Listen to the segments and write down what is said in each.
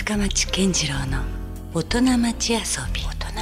深町健次郎の大人町遊び。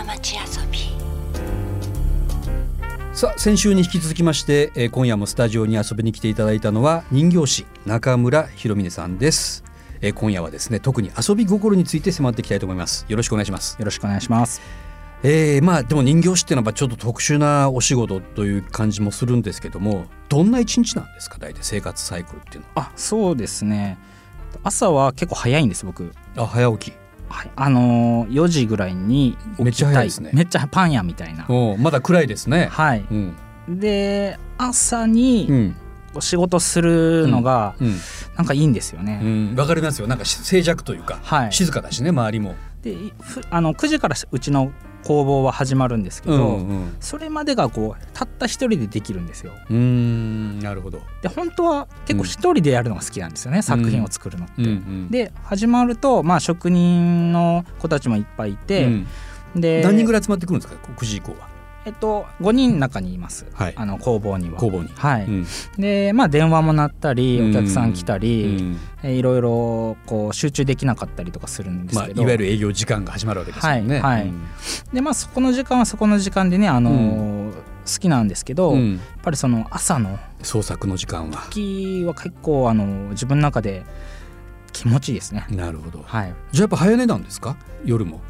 さあ先週に引き続きまして、今夜もスタジオに遊びに来ていただいたのは人形師中村弘峰さんです。今夜はですね、特に遊び心について迫っていきたいと思います。よろしくお願いします。 よろしくお願いします。 でも人形師っていうのはちょっと特殊なお仕事という感じもするんですけども、どんな一日なんですか、大体生活サイクルっていうのは。 そうですね、朝は結構早いんです。僕早起き、 はい、4時ぐらいに起きたい。 めっちゃ早いですね。 めっちゃパン屋みたいな。 まだ暗いですね。 はい、で朝に仕事するのがなんかいいんですよね。 わかりますよ。なんか静寂というか、静かだしね、周りも。で 9時からうちの工房は始まるんですけど、それまでがたった一人でできるんですよ。 なるほど。 で本当は結構一人でやるのが好きなんですよね、作品を作るのって。で始まると、職人の子たちもいっぱいいて、で何人ぐらい集まってくるんですか、9時以降は。 5人中にいます、工房には。で電話も鳴ったりお客さん来たり、いろいろ集中できなかったりとかするんですけど、 いわゆる営業時間が始まるわけですよね。 でそこの時間はそこの時間でね、好きなんですけど、やっぱりその朝の創作の時間は時は結構自分の中で気持ちいいですね。 なるほど。じゃあやっぱ早寝なんですか、夜も。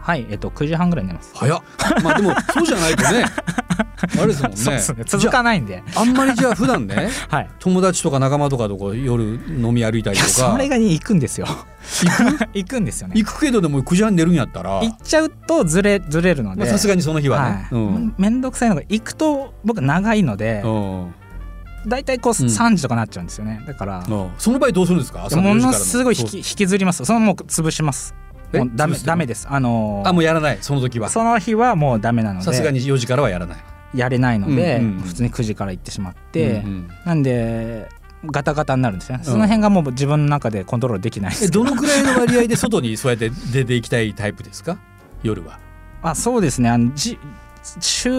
9時半ぐらい寝ます。 早っ。でもそうじゃないとねあれですもんね。 そうですね、続かないんで。 あんまりじゃあ普段ね、友達とか仲間とかと夜飲み歩いたりとか。 それが行くんですよ。行くんですよね。 行くけどでも9時半寝るんやったら行っちゃうとずれるので、 さすがにその日はね、 めんどくさいのが、行くと僕長いのでだいたい3時とかなっちゃうんですよね。だからその場合どうするんですか。 ものすごい引きずります。そのもう潰します。もうダメです。もうやらない。その時は、 その日はもうダメなので、 さすがに4時からはやらない。 やれないので、普通に9時から行ってしまって、なんでガタガタになるんですね。その辺がもう自分の中でコントロールできないです。 どのくらいの割合で外にそうやって出ていきたいタイプですか、夜は。そうですね、 週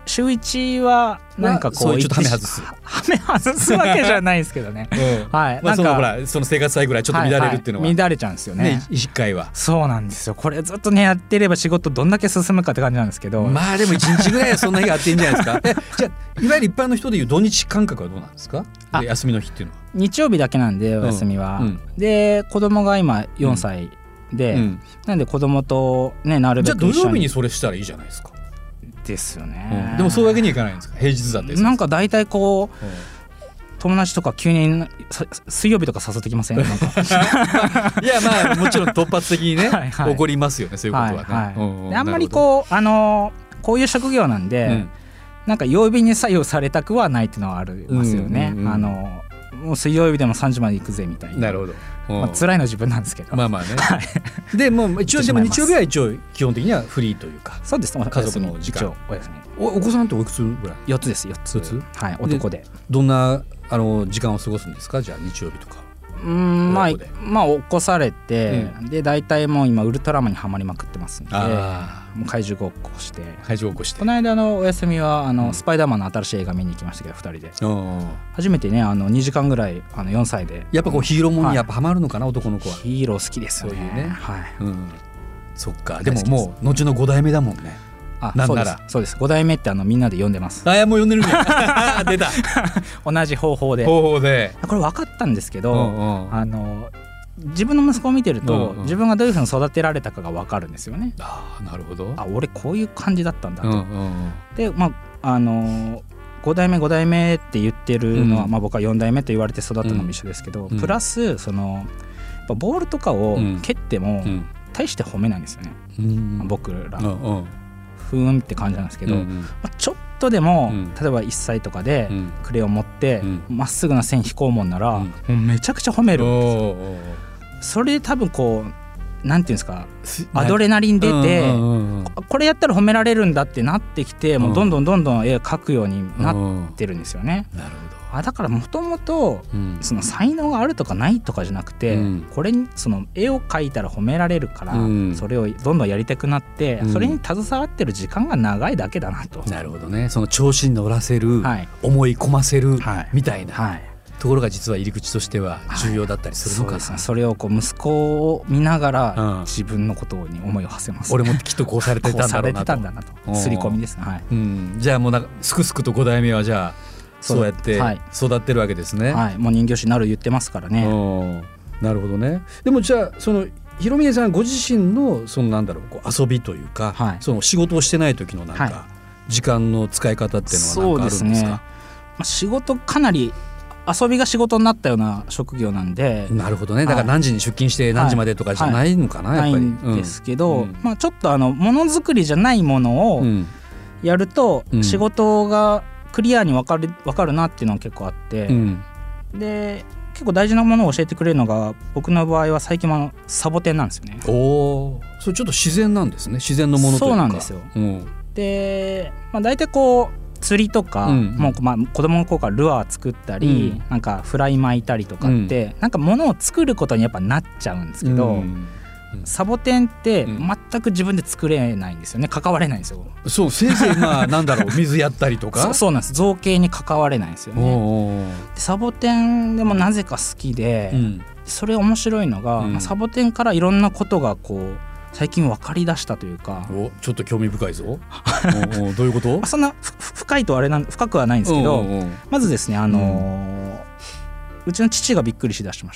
1はなんかそういうちょっとハメ外すわけじゃないですけどね。 その生活サイクルがちょっと乱れるっていうのは、 乱れちゃうんですよね。 1回は。 そうなんですよ。これずっとねやってれば仕事どんだけ進むかって感じなんですけど、 でも1日ぐらいはそんな日があってんじゃないですか。じゃあいわゆる一般の人でいう土日感覚はどうなんですか。休みの日っていうのは日曜日だけなんで、お休みは。で子供が今4歳で、なんで子供とねなるべく一緒に。 じゃあ土曜日にそれしたらいいじゃないですか。 ですよね。 でもそういうわけにはいかないんですか、平日だって。 なんか大体友達とか急に水曜日とか誘ってきません？なんかいやもちろん突発的にね起こりますよね、そういうことはね。 であんまりこういう職業なんで、なんか曜日に左右されたくはないっていうのはありますよね。もう水曜日でも3時まで行くぜみたいな。 なるほど。 辛いの自分なんですけど。 ね。でも一応でも日曜日は一応基本的にはフリーというか。 そうです。 家族の時間。 お休み。 お子さんっておいくつぐらい？4 つです。4つ。男で。 どんな時間を過ごすんですか、じゃあ日曜日とか。 起こされて、で大体もう今ウルトラマンにはまりまくってますんで、もう怪獣ごっこして。この間お休みはスパイダーマンの新しい映画見に行きましたけど、2人で初めてね2時間ぐらい4歳で。やっぱヒーローもんにやっぱハマるのかな、男の子は。 ヒーロー好きですよね。 そっか。でももう後の5代目だもんね。 そうです。5代目ってみんなで呼んでます。 もう呼んでるんだ。出た。 同じ方法でこれ分かったんですけど、自分の息子を見てると、自分がどういうふうに育てられたかが分かるんですよね。 なるほど。 俺こういう感じだったんだと。で5代目って言ってるのは、僕は4代目と言われて育ったのも一緒ですけど、プラスやっぱボールとかを蹴っても大して褒めないんですよね、僕ら。ふーんって感じなんですけど、ちょっとでも、例えば1歳とかでクレヨン持ってまっすぐな線引こうもんなら、もうめちゃくちゃ褒めるんですよ。それで多分なんていうんですか、アドレナリン出て、これやったら褒められるんだってなってきて、もうどんどん絵を描くようになってるんですよね。 なるほど。 だからもともとその才能があるとかないとかじゃなくて、これにその絵を描いたら褒められるから、それをどんどんやりたくなって、それに携わってる時間が長いだけだなと。 なるほどね。その調子に乗らせる、思い込ませるみたいな。 ところが実は入り口としては重要だったりするのかな、 そうですね、それをこう息子を見ながら自分のことに思いを馳せます、 俺もきっとこうされてたんだろうなと、 こうされてたんだなと、刷り込みですね、はい、 じゃあもうなんかすくすくと5代目はじゃあそうやって育ってるわけですね。 はい、もう人形師になる言ってますからね。 なるほどね。でもじゃあその広峰さんご自身のそのなんだろう、こう遊びというか、はい、その仕事をしてない時のなんか、はい、時間の使い方っていうのは何かあるんですか？そうですね、 仕事かなり遊びが仕事になったような職業なんで。 なるほどね。だから何時に出勤して何時までとかじゃないのかな、やっぱり。 ないんですけど、ちょっとものづくりじゃないものをやると仕事がクリアに分かるなっていうのが結構あって、で結構大事なものを教えてくれるのが僕の場合は最近はサボテンなんですよね。 おー、それちょっと自然なんですね。自然のものというか。 そうなんですよ。で、大体こう釣りとか、もう子供の頃からルアー作ったり、なんかフライ巻いたりとかって、なんか物を作ることにやっぱなっちゃうんですけど、サボテンって全く自分で作れないんですよね。関われないんですよ。 そう、せいぜいなんだろう水やったりとかそうなんです。造形に関われないんですよね。でサボテンでもなぜか好きで、それ面白いのが、サボテンからいろんなことがこう最近分かりだしたというか。 ちょっと興味深いぞどういうことそんな深いと深くはないんですけど、まずですね、うちの父がびっくりしだしまして、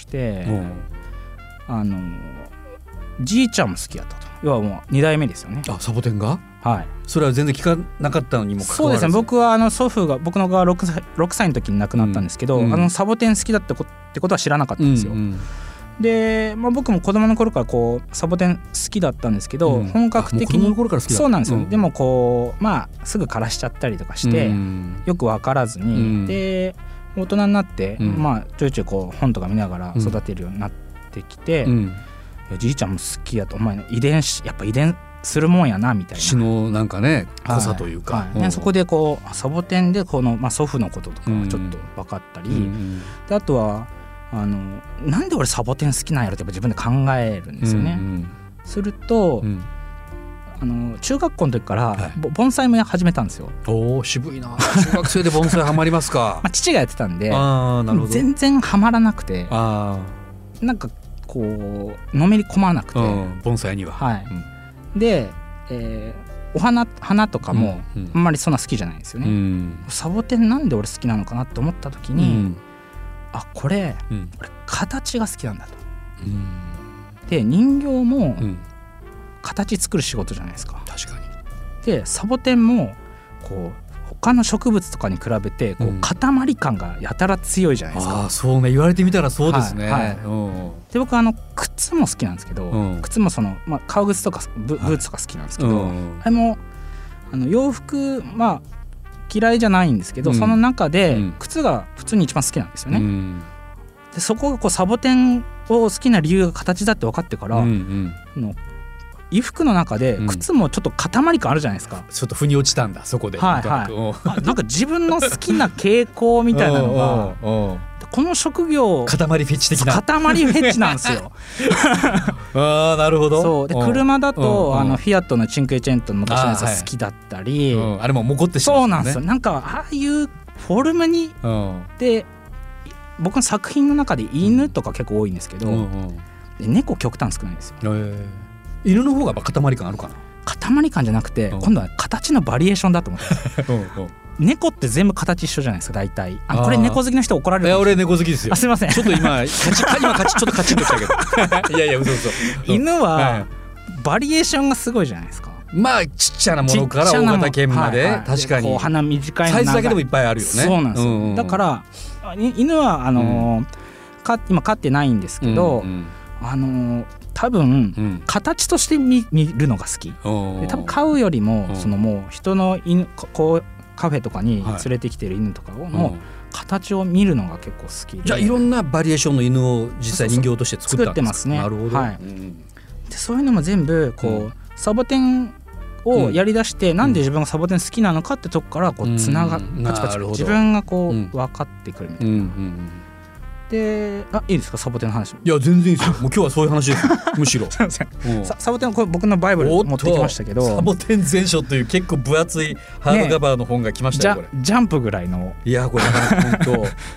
じいちゃんも好きやったと。要はもう2代目ですよね。 サボテンが、 はい、 それは全然聞かなかったのにもかかわらず。 そうですね、僕は祖父が僕のが 6歳の時に亡くなったんですけど、サボテン好きだってことは知らなかったんですよ。で、僕も子供の頃からこうサボテン好きだったんですけど、本格的に子供の頃から好きだった。 そうなんですよ。でもこうすぐ枯らしちゃったりとかして、よく分からずに、で大人になって、ちょいちょいこう本とか見ながら育てるようになってきて、じいちゃんも好きやと、お前遺伝するもんやなみたいな、 血のなんかね濃さというか、 そこでこうサボテンでこの、祖父のこととかちょっと分かったり、であとはなんで俺サボテン好きなんやろってやっぱ自分で考えるんですよね。すると、中学校の時から盆栽も始めたんですよ。 おー、渋いな。中学生で盆栽ハマりますか父がやってたんでなるほど。 全然ハマらなくて、なんかこうのめり込まなくて、 盆栽には、 で、花とかもあんまりそんな好きじゃないんですよね。サボテンなんで俺好きなのかなって思った時に、これ形が好きなんだと。で人形も形作る仕事じゃないですか。 確かに。 でサボテンもこう他の植物とかに比べてこう塊感がやたら強いじゃないですか。 そうね、言われてみたらそうですね。 で僕靴も好きなんですけど、靴も革靴とかブーツとか好きなんですけど、あれも洋服嫌いじゃないんですけど、その中で靴が普通に一番好きなんですよね。でそこがこうサボテンを好きな理由が形だって分かってから、衣服の中で靴もちょっと塊感あるじゃないですか。 ちょっと腑に落ちたんだそこで。 なんか自分の好きな傾向みたいなのがこの職業塊フェチ的な塊フェチなんですよなるほど。 そうで車だとフィアットのチンクエチェントの昔のやつが好きだったり、 あれも残ってしまう、 そうなんですよ。なんかああいうフォルムにで僕の作品の中で犬とか結構多いんですけど、で猫極端少ないんですよ。 犬の方が塊感あるかな。 塊感じゃなくて、今度は形のバリエーションだと思って猫って全部形一緒じゃないですか大体。これ猫好きの人怒られる。 俺猫好きですよ。 すいません。 ちょっと今ちょっとカチンときたけどいや嘘犬はバリエーションがすごいじゃないですか。 ちっちゃなものから大型犬まで、確かにこう鼻短いのサイズだけでもいっぱいあるよね。 そうなんですよ。だから犬は今飼ってないんですけど、多分、形として見るのが好きで、多分飼うよりももう人の犬こうカフェとかに連れてきてる犬とかの形を見るのが結構好きで、 じゃあいろんなバリエーションの犬を実際人形として作ったんですか。 作ってますね。 なるほど。 でそういうのも全部こう、サボテンをやりだして、なんで自分がサボテン好きなのかってとこからこうつながパチパチ自分がこう分かってくるみたいな。でいいですかサボテンの話。 いや全然いいですよ。もう今日はそういう話ですむしろサボテンこれ僕のバイブル持ってきましたけど、 サボテン全書という結構分厚いハードカバーの本が来ましたよ、これジャンプぐらいの。 いやこれ本当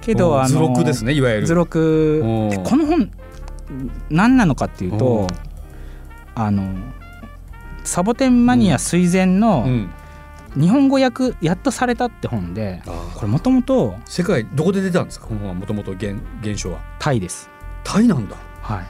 けど図録ですね、いわゆる図録で、この本何なのかっていうと、サボテンマニア垂涎の日本語訳やっとされたって本で、これもともと世界どこで出たんですか、この本は。もともと原書はタイです。 タイなんだ。 はい。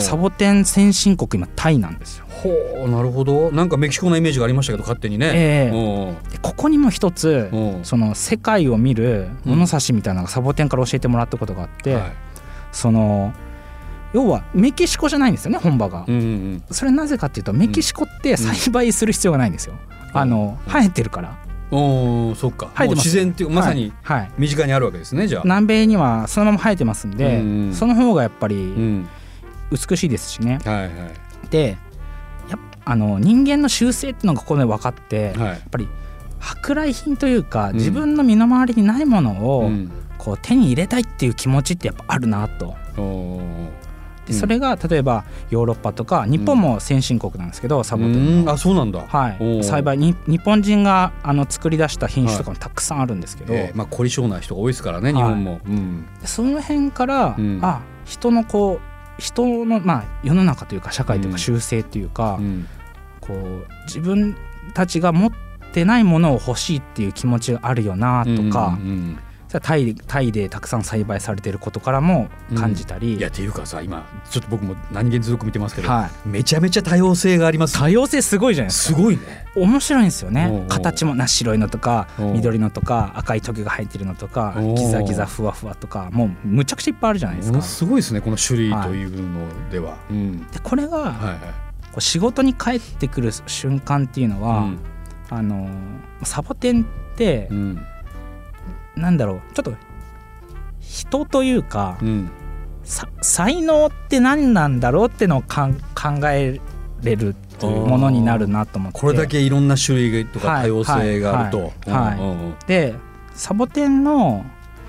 サボテン先進国今タイなんですよ。 ほう、なるほど。なんかメキシコのイメージがありましたけど勝手にね。 でここにも一つその世界を見る物差しみたいなのがサボテンから教えてもらったことがあって、その要はメキシコじゃないんですよね、本場が。それなぜかっていうと、メキシコって栽培する必要がないんですよ。生えてるから。 そっか。もう自然っていうまさに身近にあるわけですね。じゃあ南米にはそのまま生えてますんで、その方がやっぱり美しいですしね。で人間の習性っていうのがここで分かって、やっぱり舶来品というか、自分の身の回りにないものをこう手に入れたいっていう気持ちってやっぱあるなと。でそれが例えばヨーロッパとか日本も先進国なんですけど、サボテンのそうなんだ。 栽培に日本人が作り出した品種とかもたくさんあるんですけど、 凝り性な人が多いですからね、日本も。 その辺から、人の世の中というか社会というか習性というか、こう自分たちが持ってないものを欲しいっていう気持ちがあるよなとか、タイでたくさん栽培されていることからも感じたり、 いやっていうかさ、今ちょっと僕も何気に図録見てますけど、めちゃめちゃ多様性があります。 多様性すごいじゃないですか。 すごいね。 面白いんですよね。形も白いのとか緑のとか赤いトゲが入ってるのとかギザギザふわふわとか、もうむちゃくちゃいっぱいあるじゃないですか。 すごいですね、この種類というのでは。 でこれがこう仕事に帰ってくる瞬間っていうのは、サボテンって、なんだろう、ちょっと人というか、才能って何なんだろうってのを考えれるっていうものになるなと思って。 これだけいろんな種類とか多様性があると。 でサボテンの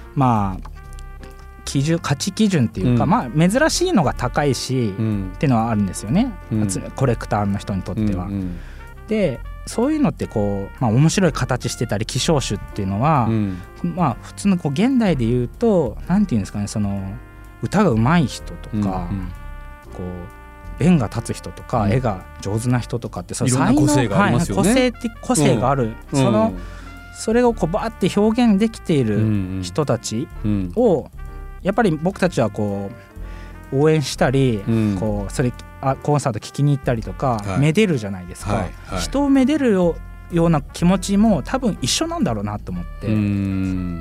価値基準っていうか、珍しいのが高いし、っていうのはあるんですよね、コレクターの人にとっては。でそういうのってこう、面白い形してたり希少種っていうのは、普通のこう現代で言うとなんていうんですかね、その歌が上手い人とか、こう弁が立つ人とか、絵が上手な人とかって、 いろんな個性がありますよね。 個性がある、それをこうバーって表現できている人たちをやっぱり僕たちはこう応援したり、こうそれコンサート聴きに行ったりとか、めでるじゃないですか。人をめでるような気持ちも多分一緒なんだろうなと思って、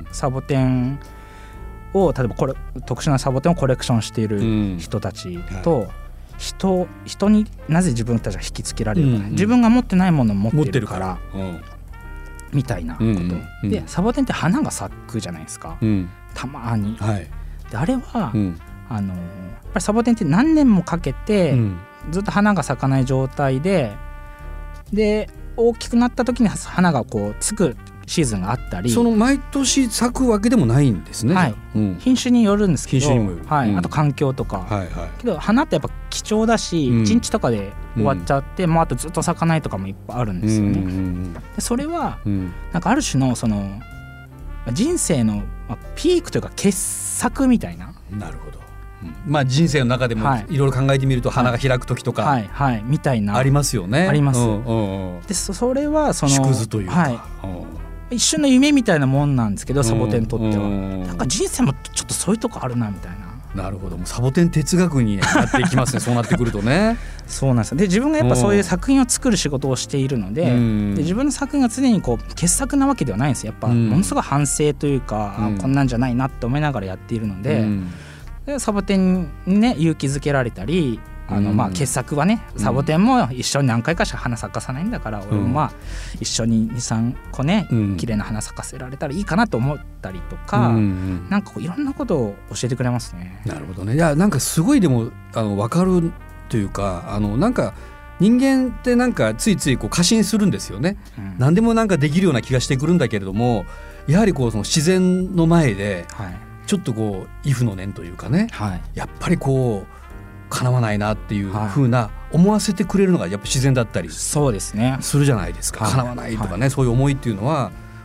サボテンを例えば特殊なサボテンをコレクションしている人たちと、人になぜ自分たちが引きつけられるか、自分が持ってないものを持ってるからみたいなことで、サボテンって花が咲くじゃないですか、たまに。であれは、やっぱりサボテンって何年もかけて、ずっと花が咲かない状態で大きくなった時に花がこうつくシーズンがあったり。 その毎年咲くわけでもないんですね。 品種によるんですけど、あと環境とか、けど花ってやっぱ貴重だし、1日とかで終わっちゃって、もうあとずっと咲かないとかもいっぱいあるんですよね。でそれは、なんかある種のその人生のピークというか傑作みたいな。 なるほど。人生の中でもいろいろ考えてみると、花が開く時とかみたいなありますよね。 あります。でそれはその縮図というか、 一瞬の夢みたいなもんなんですけど、サボテンにとってはなんか人生もちょっとそういうとこあるなみたいな。 なるほど。もうサボテン哲学になっていきますねそうなってくるとね。 そうなんですよ。で自分がやっぱそういう作品を作る仕事をしているので、自分の作品が常にこう傑作なわけではないんですよ。やっぱものすごい反省というか、こんなんじゃないなって思いながらやっているので、サボテンにね勇気づけられたり、傑作はね、サボテンも一緒に何回かしか花咲かさないんだから、俺も一緒に 2,3 個ね、綺麗な花咲かせられたらいいかなと思ったりとか、なんかこういろんなことを教えてくれますね。 なるほどね。いやなんかすごいでも分かるというか、なんか人間ってなんかついついこう過信するんですよね。何でもなんかできるような気がしてくるんだけれども、やはりこうその自然の前でちょっとこう畏怖の念というかね、やっぱりこう叶わないなっていう風な思わせてくれるのがやっぱ自然だったりするじゃないですか。叶わないとかね、そういう思いっていうのは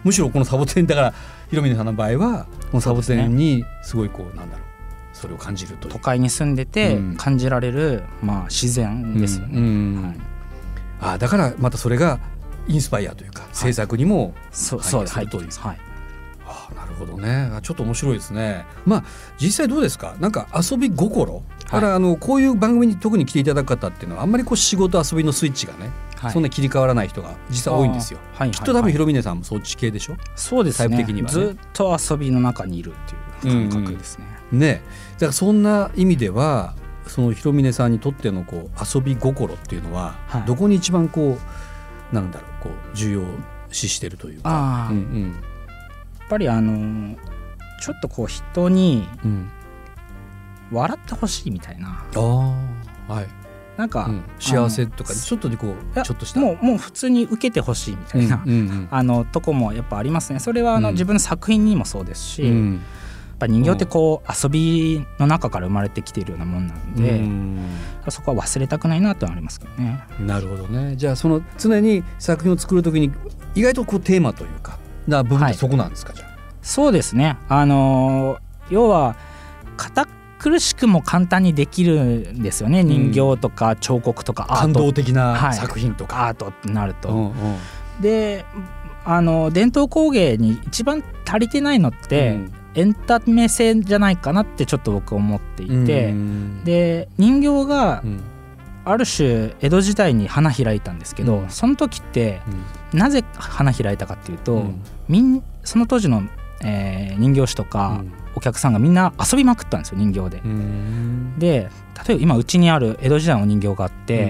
むしろこのサボテンだから広峰さんの場合はこのサボテンにすごいこうなんだろうそれを感じるという都会に住んでて感じられる、まあ、自然ですよね、 はい、だからまたそれがインスパイアというか、はい、制作にもそう入るという、 はい、 なるほどね。ちょっと面白いですね。まあ実際どうですか、なんか遊び心から、こういう番組に特に来ていただく方っていうのはあんまりこう仕事遊びのスイッチがね、はい、そんな切り替わらない人が実際多いんですよ、はい、きっと多分広峰さんもそっち系でしょ。 そうですね、 タイプ的にはね、 ずっと遊びの中にいるっていう感覚ですね、 ね。だからそんな意味ではその広峰さんにとってのこう遊び心っていうのは、はい、どこに一番こうなんだろうこう重要視してるというか、 やっぱりちょっとこう人に笑ってほしいみたいな、 はい、 なんか、 幸せとかちょっとでこうちょっとしたもう普通に受けてほしいみたいな、とこもやっぱありますね。それは自分の作品にもそうですし、やっぱ人形ってこう遊びの中から生まれてきているようなもんなんで、そこは忘れたくないなとはありますけどね。 なるほどね。じゃあその常に作品を作るときに意外とこうテーマというかな部分ってそこなんですか、じゃあ。 そうですね、要は堅苦しくも簡単にできるんですよね、人形とか彫刻とかアート、 感動的な作品とか、 アートってなると、で伝統工芸に一番足りてないのって、エンタメ性じゃないかなってちょっと僕思っていて、で人形がある種江戸時代に花開いたんですけど、その時ってなぜ花開いたかっていうと、その当時の人形師とかお客さんがみんな遊びまくったんですよ、人形で。で例えば今うちにある江戸時代の人形があって、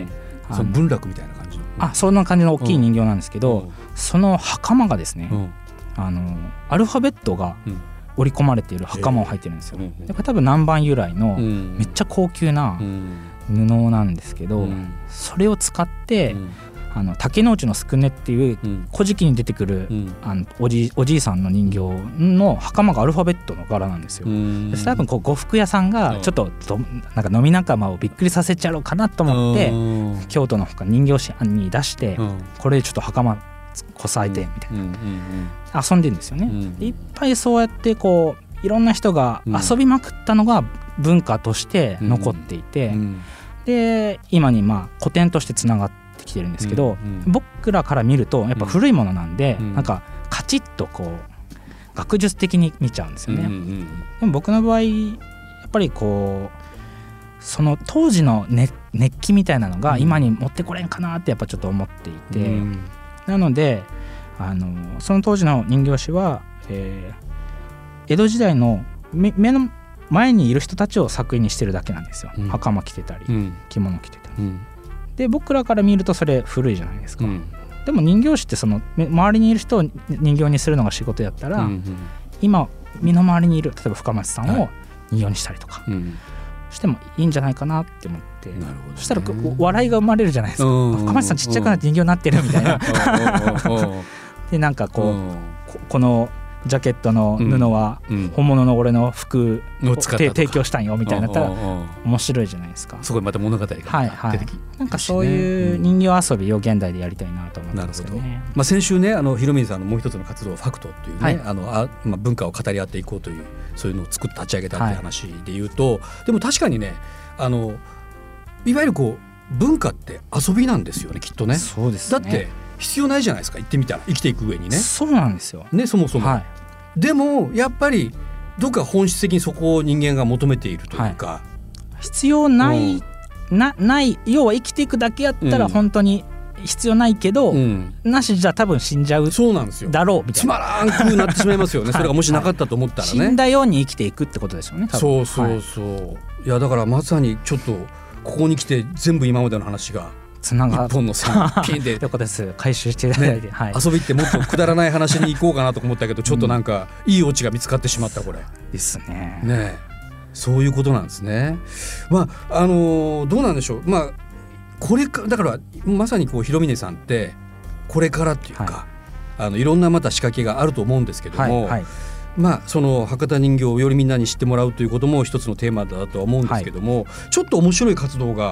その文楽みたいな感じの、 そんな感じの大きい人形なんですけど、その袴がですね、アルファベットが織り込まれている袴を履いてるんですよ。でこれ多分南蛮由来のめっちゃ高級な布なんですけど、それを使って竹之内のすくねっていう古事記に出てくる、おじいさんの人形の袴がアルファベットの柄なんですよ。で多分こう呉服屋さんがちょっとなんか飲み仲間をびっくりさせちゃろうかなと思って京都の他人形師に出して、これちょっと袴こさえてみたいな、遊んでるんですよね。いっぱいそうやってこういろんな人が遊びまくったのが文化として残っていて、で今に古典としてつながってきてるんですけど、僕らから見るとやっぱ古いものなんで、なんかカチッとこう学術的に見ちゃうんですよね。でも僕の場合やっぱりこうその当時の、熱気みたいなのが今に持ってこれんかなってやっぱちょっと思っていて、なのでその当時の人形師は、江戸時代の目の前にいる人たちを作品にしてるだけなんですよ。袴着てたり、着物着てたり、で僕らから見るとそれ古いじゃないですか、でも人形師ってその周りにいる人を人形にするのが仕事やったら、今身の回りにいる例えば深町さんを人形にしたりとかしてもいいんじゃないかなって思って、そしたら笑いが生まれるじゃないですか。深町さんちっちゃくなって人形になってるみたいなでなんかこのジャケットの布は本物の俺の服を提供したんよみたいになったら面白いじゃないですか。 そこにまた物語が出てきて、 なんかそういう人形遊びを現代でやりたいなと思ってますよね。 先週ね広峰さんのもう一つの活動ファクトっていうね、文化を語り合っていこうというそういうのを作って立ち上げたっていう話でいうと、でも確かにねいわゆるこう文化って遊びなんですよね、きっとね。 そうですね。 だって必要ないじゃないですか、言ってみたら生きていく上にね。 そうなんですよね、そもそも、でもやっぱりどっか本質的にそこを人間が求めているというか、 必要ない、ない要は生きていくだけやったら本当に必要ないけど、なしじゃ多分死んじゃうだろうみたいな、 つまらんくなってしまいますよねそれがもしなかったと思ったらね、 死んだように生きていくってことですよね、多分。 いやだからまさにちょっとここに来て全部今までの話が一本の線ピンでということです。回収していただいて、 遊びってもっとくだらない話に行こうかなと思ったけどちょっとなんかいいオチが見つかってしまった。これですね。 そういうことなんですね。どうなんでしょう。これかだからまさにこう広峰さんってこれからっていうか、いろんなまた仕掛けがあると思うんですけども、その博多人形をよりみんなに知ってもらうということも一つのテーマだとは思うんですけども、ちょっと面白い活動が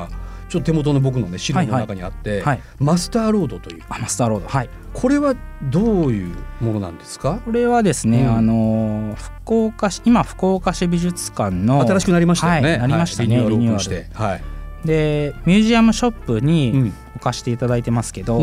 ちょっと手元の僕のね資料の中にあって、 はい、 マスターロードというマスターロード、はい、 これはどういうものなんですか？ これはですね、今福岡市美術館の新しくなりましたよね、 はい、なりましたね、 リニューアルして、はい、 でミュージアムショップに置かせていただいてますけど、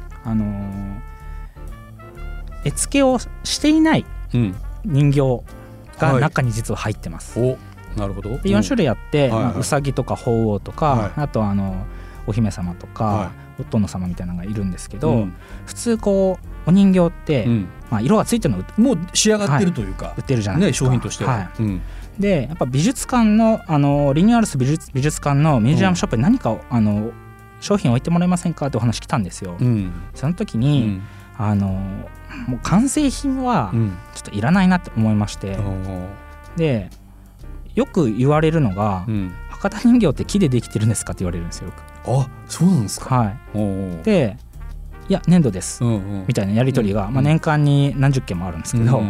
絵付けをしていない人形が中に実は入ってます、 お、なるほど。 で4種類あって、 はいはい、 うさぎとか鳳凰とか、はい、あとお姫様とか、はい、お殿様みたいなのがいるんですけど、普通こうお人形って、色がついてるのもう仕上がってるというか、 売ってるじゃないですか、 ね、商品としては、 でやっぱ美術館の、リニューアルする美術館のミュージアムショップに何か商品置いてもらえませんかってお話来たんですよ、その時に、もう完成品はちょっといらないなって思いまして、でよく言われるのが、博多人形って木でできてるんですかって言われるんですよ。 あ、そうなんですか。 はい、でいや粘土です、みたいなやり取りが、年間に何十件もあるんですけど、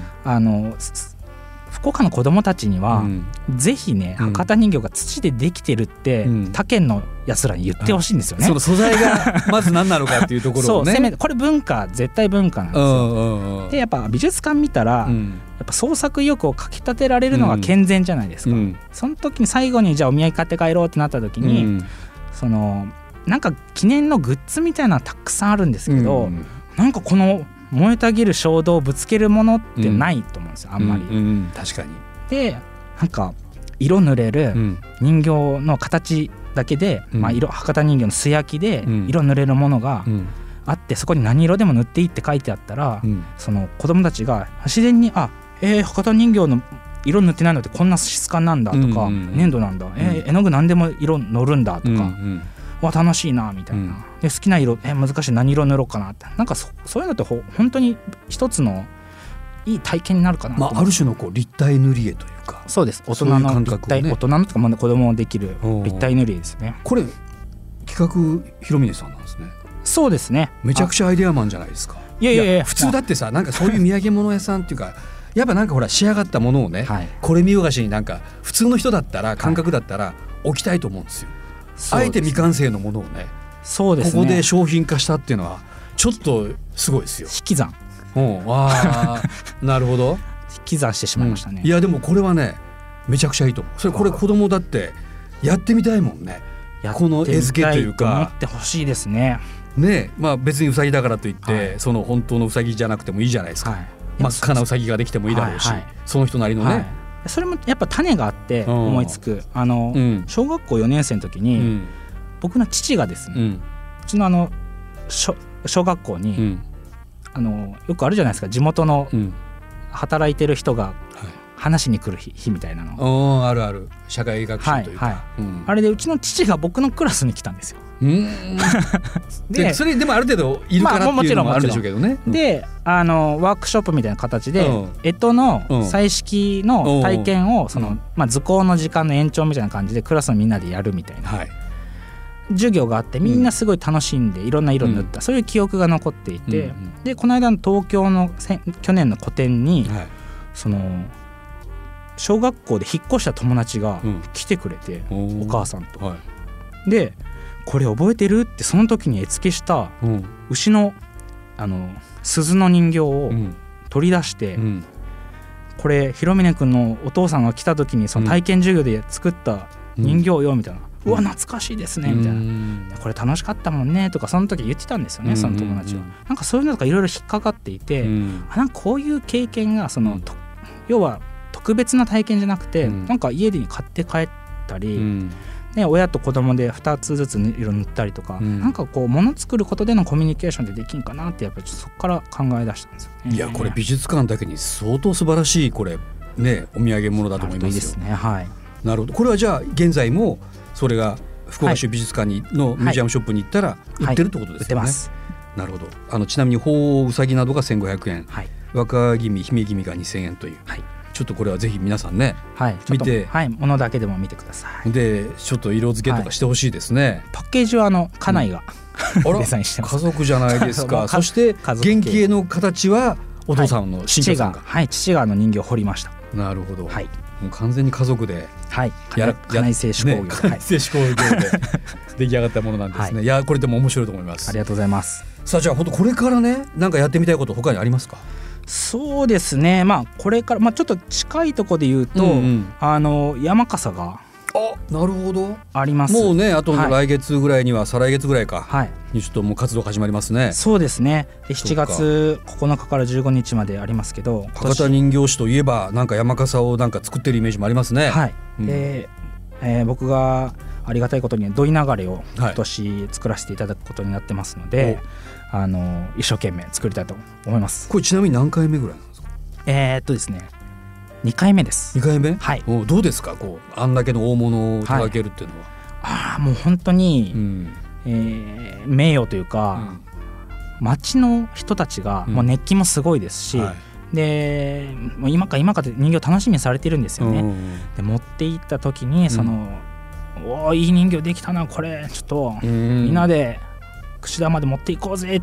福岡の子どもたちには、ぜひね博多人形が土でできてるって、他県のやつらに言ってほしいんですよね。 その素材がまず何なのかっていうところをね。 そう、せめてこれ絶対文化なんですよ。でやっぱ美術館見たら、やっぱ創作意欲をかきたてられるのが健全じゃないですか、その時に最後にじゃあお土産買って帰ろうってなった時に、なんか記念のグッズみたいなのたくさんあるんですけど、なんかこの燃えたぎる衝動をぶつけるものってないと思うんですよ、あんまり、 確かに。 でなんか色塗れる人形の形だけで、博多人形の素焼きで色塗れるものがあって、そこに何色でも塗っていいって書いてあったら、その子供たちが自然に博多人形の色塗ってないのってこんな質感なんだとか、粘土なんだ、絵の具何でも色塗るんだとか、わ楽しいなみたいな、で好きな色難しい何色塗ろうかなって、なんかそういうのって本当に一つのいい体験になるかなと。 ある種の立体塗り絵というか。 そうです、大人の立体、大人のとか子供もできる立体塗り絵ですね。 これ企画広峰さんなんですね。 そうですね、 めちゃくちゃアイデアマンじゃないですか。いや普通だってさ、なんかそういう土産物屋さんっていうかやっぱなんかほら仕上がったものをね、これ見よがしになんか普通の人だったら感覚だったら置きたいと思うんですよ。あえて未完成のものをね、 そうですね、 ここで商品化したっていうのはちょっとすごいですよ。 引き算なるほど、 引き算してしまいましたね、 いやでもこれはねめちゃくちゃいいと思う。これ子供だってやってみたいもんね。この絵付けというか思ってほしいですね。 別にウサギだからといって、その本当のウサギじゃなくてもいいじゃないですか、真っ赤なウサギができてもいいだろうし、その人なりのね、 それもやっぱ種があって思いつく。小学校4年生の時に、僕の父がですね、うちの小学校に、よくあるじゃないですか、地元の働いてる人が話しに来る日みたいなの。 あるある、社会学習というか、 あれでうちの父が僕のクラスに来たんですよ。 でそれでもある程度いるからっていうのもあるでしょうけどね。 でワークショップみたいな形で干支の彩色の体験を図工の時間の延長みたいな感じでクラスのみんなでやるみたいな授業があって、みんなすごい楽しんでいろんな色塗った、そういう記憶が残っていて、でこの間の東京の去年の個展に、その小学校で引っ越した友達が来てくれて、お母さんと、でこれ覚えてるって、その時に絵付けした牛の鈴の人形を取り出して、これ広峰君のお父さんが来た時にその体験授業で作った人形よみたいな、うわ懐かしいですねみたいな、これ楽しかったもんねとかその時言ってたんですよね、その友達は。なんかそういうのとかいろいろ引っかかっていて、なんかこういう経験が要は特別な体験じゃなくて、なんか家で買って帰ったり、親と子供で2つずつ色塗ったりとか、なんかこう物作ることでのコミュニケーションでできんかなって、やっぱりそこから考え出したんですよね。 いやこれ美術館だけに相当素晴らしいこれねお土産物だと思いますよ。いいですね。なるほど。これはじゃあ現在もそれが福岡市美術館のミュージアムショップに行ったら売ってるってことですよね。売ってます。なるほど。ちなみに鳳凰うさぎなどが1500円、若君姫君が2000円という、ちょっとこれはぜひ皆さんね、見て、物だけでも見てください。でちょっと色付けとかしてほしいですね。 パッケージは家内がデザインしてます。 家族じゃないですか。そして原型の形はお父さんの新庄さんが、 父が人形を彫りました。 なるほど。 もう完全に家族ではい家内製手工業、 家内製手工業で出来上がったものなんですね、はい、いやこれでも面白いと思います。 ありがとうございます。 さあじゃあ本当これからねなんかやってみたいこと他にありますか？ そうですね、まあこれから、まあ、ちょっと近いところで言うと、山笠がなるほどあります。 もうねあと来月ぐらいには、再来月ぐらいか、 はい、 にちょっともう活動始まりますね。 そうですね。で7月9日から15日までありますけど、 博多人形師といえばなんか山笠をなんか作ってるイメージもありますね。 はい、で、僕がありがたいことに土井流れを今年作らせていただくことになってますので、はい、一生懸命作りたいと思います。 これちなみに何回目ぐらいなんですか？ ですね2回目です。 2回目、 はい、 どうですかこうあんだけの大物を手掛けるっていうのは。 もう本当に、名誉というか、町の人たちが、もう熱気もすごいですし、でもう今かって人形楽しみにされてるんですよね。で持って行った時にいい人形できたなこれちょっとみんなで櫛田まで持っていこうぜって、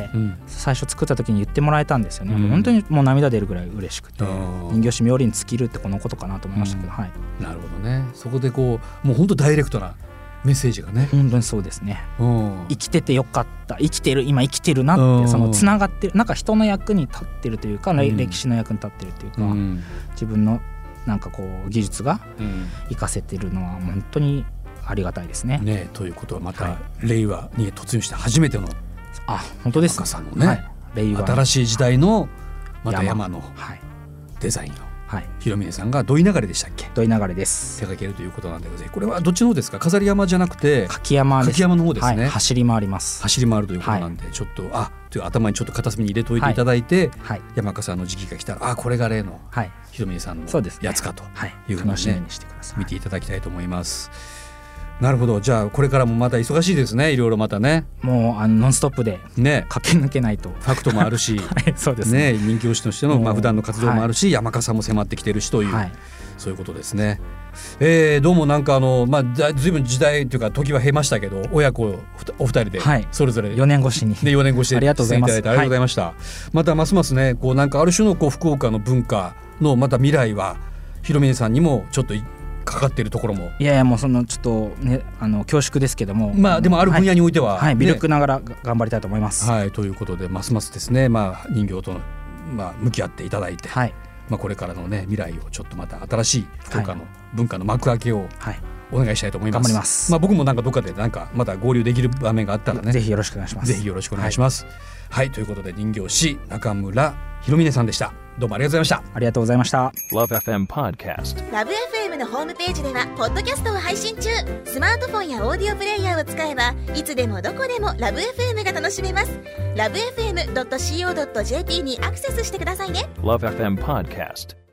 最初作った時に言ってもらえたんですよね。もう本当にもう涙出るぐらい嬉しくて、人形師冥利に尽きるってこのことかなと思いましたけど、はい、 なるほどね。そこでこうもう本当ダイレクトなメッセージがね。 本当にそうですね。生きててよかった、今生きてるなって、そのつながってる、なんか人の役に立ってるというか、歴史の役に立ってるというか、自分のなんかこう技術が活かせてるのは本当にありがたいですね。 ということはまた令和に突入して初めての本当です山笠のね、令和新しい時代のまた山のデザインを広峰さんが土井流れでしたっけ？ 土井流れです手掛けるということなんでございます。これはどっちの方ですか？飾り山じゃなくて柿山です。 柿山の方ですね。 走り回ります。 走り回るということなんで、ちょっとという頭にちょっと片隅に入れといていただいて、山笠の時期が来たらこれが例の広峰さんのやつかというふうにね見ていただきたいと思います。なるほど。じゃあこれからもまた忙しいですね。いろいろまたね。もうノンストップで駆け抜けないと。 ファクトもあるし、 そうですね。 人形師としての普段の活動もあるし、山笠も迫ってきてるしという、そういうことですね。どうもなんかずいぶん時代というか時は経ましたけど、親子お二人でそれぞれ 4年越しに 4年越しでありがとうございます。 ありがとうございました。またますますねこうなんかある種の福岡の文化のまた未来は広峰さんにもちょっとかかっているところももうそのちょっとね恐縮ですけども、 でもある分野においては、 微力ながら頑張りたいと思います。 ということでますますですね、人形との、向き合っていただいて、これからのね未来をちょっとまた新しい福岡の文化の幕開けをお願いしたいと思います。 頑張ります。 僕もなんかどっかでなんかまた合流できる場面があったらね、 ぜひよろしくお願いします。 ぜひよろしくお願いします。ということで人形師中村広峰さんでした。どうもありがとうございました。 ありがとうございました。 LoveFM Podcast。LoveFM のホームページではポッドキャストを配信中。スマートフォンやオーディオプレイヤーを使えばいつでもどこでも LoveFM が楽しめます。 LoveFM.co.jp にアクセスしてくださいね。 LoveFM Podcast。